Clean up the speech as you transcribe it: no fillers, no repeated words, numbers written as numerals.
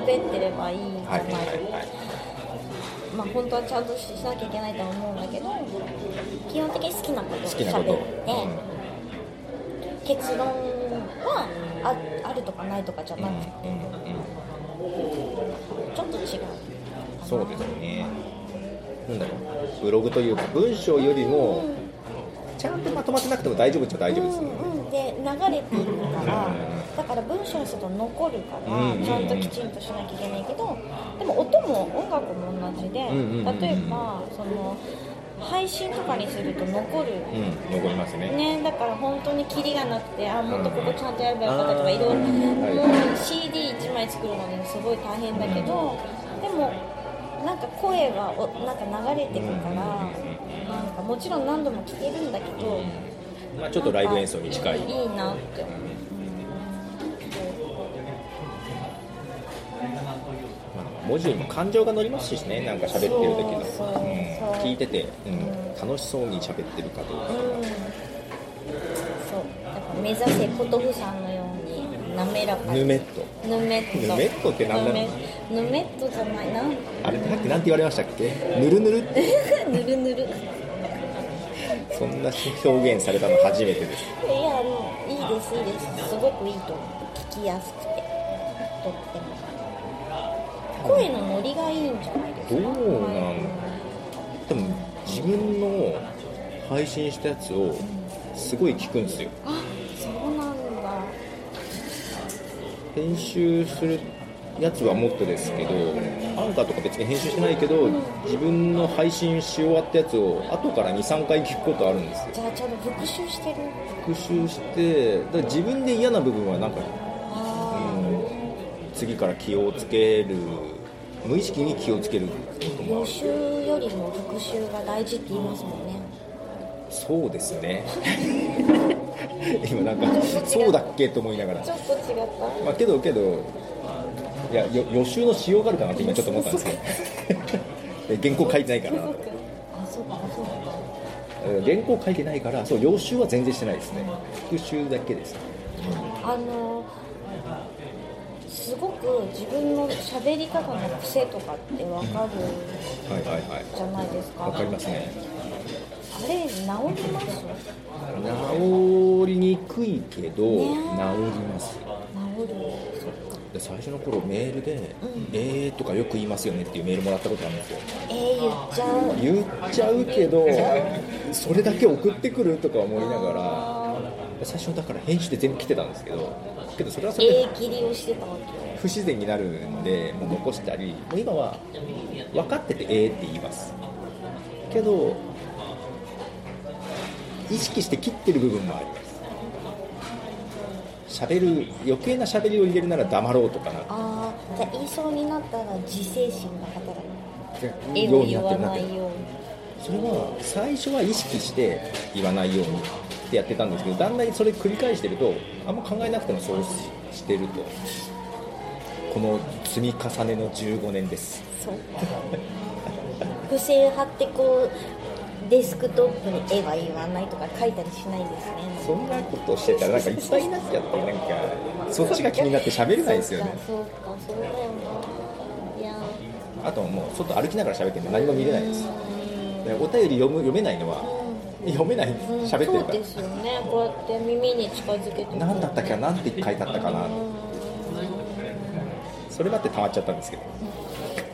ってればいいじゃない、まあ本当はちゃんとしなきゃいけないとは思うんだけど、基本的に好きなことを喋って、結論はあるとかないとかじゃなくて、ちょっと違う。 そうですね。なんだろう、ブログというか文章よりもちゃんとまとまってなくても大丈夫っちゃ大丈夫ですね。 で流れていくから、だから文章にすると残るから、ちゃんときちんとしなきゃいけないけど、でも音も音楽も同じで、例えばその配信とかにすると残る、 残りますね。 だから本当にキリがなくて、もっとここちゃんとやればよかったとか、いろいろ CD1 枚作るのにすごい大変だけど、でもなんか声がなんか流れてくから、なんかもちろん何度も聴けるんだけど、 まあ、ちょっとライブ演奏に近い。 いいなって。 文字にも感情が乗りますしね、なんか喋ってる時の、聞いてて、楽しそうに喋ってるかどうかとか、 そうだから目指せポトフさんのように滑らかに。 ヌメットって何だろう。 ヌメットじゃないな、 あれだってなんて言われましたっけ、ぬるぬるぬるぬるそんな表現されたの初めてです。 いや、いいですいいです、すごくいいと思う。聞きやすくて、とっても声のノリがいいんじゃないですか。 どうなんでも自分の配信したやつをすごい聞くんですよ。 あ、そうなんだ。 編集するやつはもっとですけど、アンカーとか別に編集してないけど、自分の配信し終わったやつを後から 2,3 回聞くことあるんですよ。 じゃあちゃんと復習してる。 復習して、だから自分で嫌な部分はなんか、次から気をつける、無意識に気をつけることもある。 予習よりも復習が大事って言いますもんね。 そうですね今なんかそうだっけと思いながら、 ちょっと違った、 まあ、けどいや予習のしようがあるかなって今ちょっと思ったんですけど原稿書いてないからな。 そうか原稿書いてないから、そう、予習は全然してないですね。復習だけです。 すごく自分の喋り方の癖とかって分かるじゃないですか。 分かりますね。 あれ治ります？ 治りにくいけど、治ります。 治る。 で最初の頃メールで、とかよく言いますよねっていうメールもらったことあるんですよ。言っちゃうけどそれだけ送ってくるとか思いながら、最初だから編集で全部来てたんですけどそれはそれで切りをしてたわけ。 不自然になるんで、もう残したり、もう今は分かっててって言いますけど、意識して切ってる部分もあります。余計な喋りを入れるなら黙ろうとかな。 じゃあ言いそうになったら自制心が働く。 を言わないように。それは最初は意識して言わないようにってやってたんですけど、だんだんそれ繰り返してると、あんま考えなくてもそうしてると、この積み重ねの15年です。 そう付箋貼ってこうデスクトップに絵は言わないとか書いたりしないんですね。 そんなことしてたらなんかいっぱいになっちゃって、なんかそっちが気になって喋れないですよね。 そうだよな。いや、 あともう外歩きながら喋ってるの何も見れないです。お便り読めないのは、読めない、喋ってるから。 そうですよね。こうやって耳に近づけて何だったっけな、何て書いてあったかな、それだって溜まっちゃったんですけど、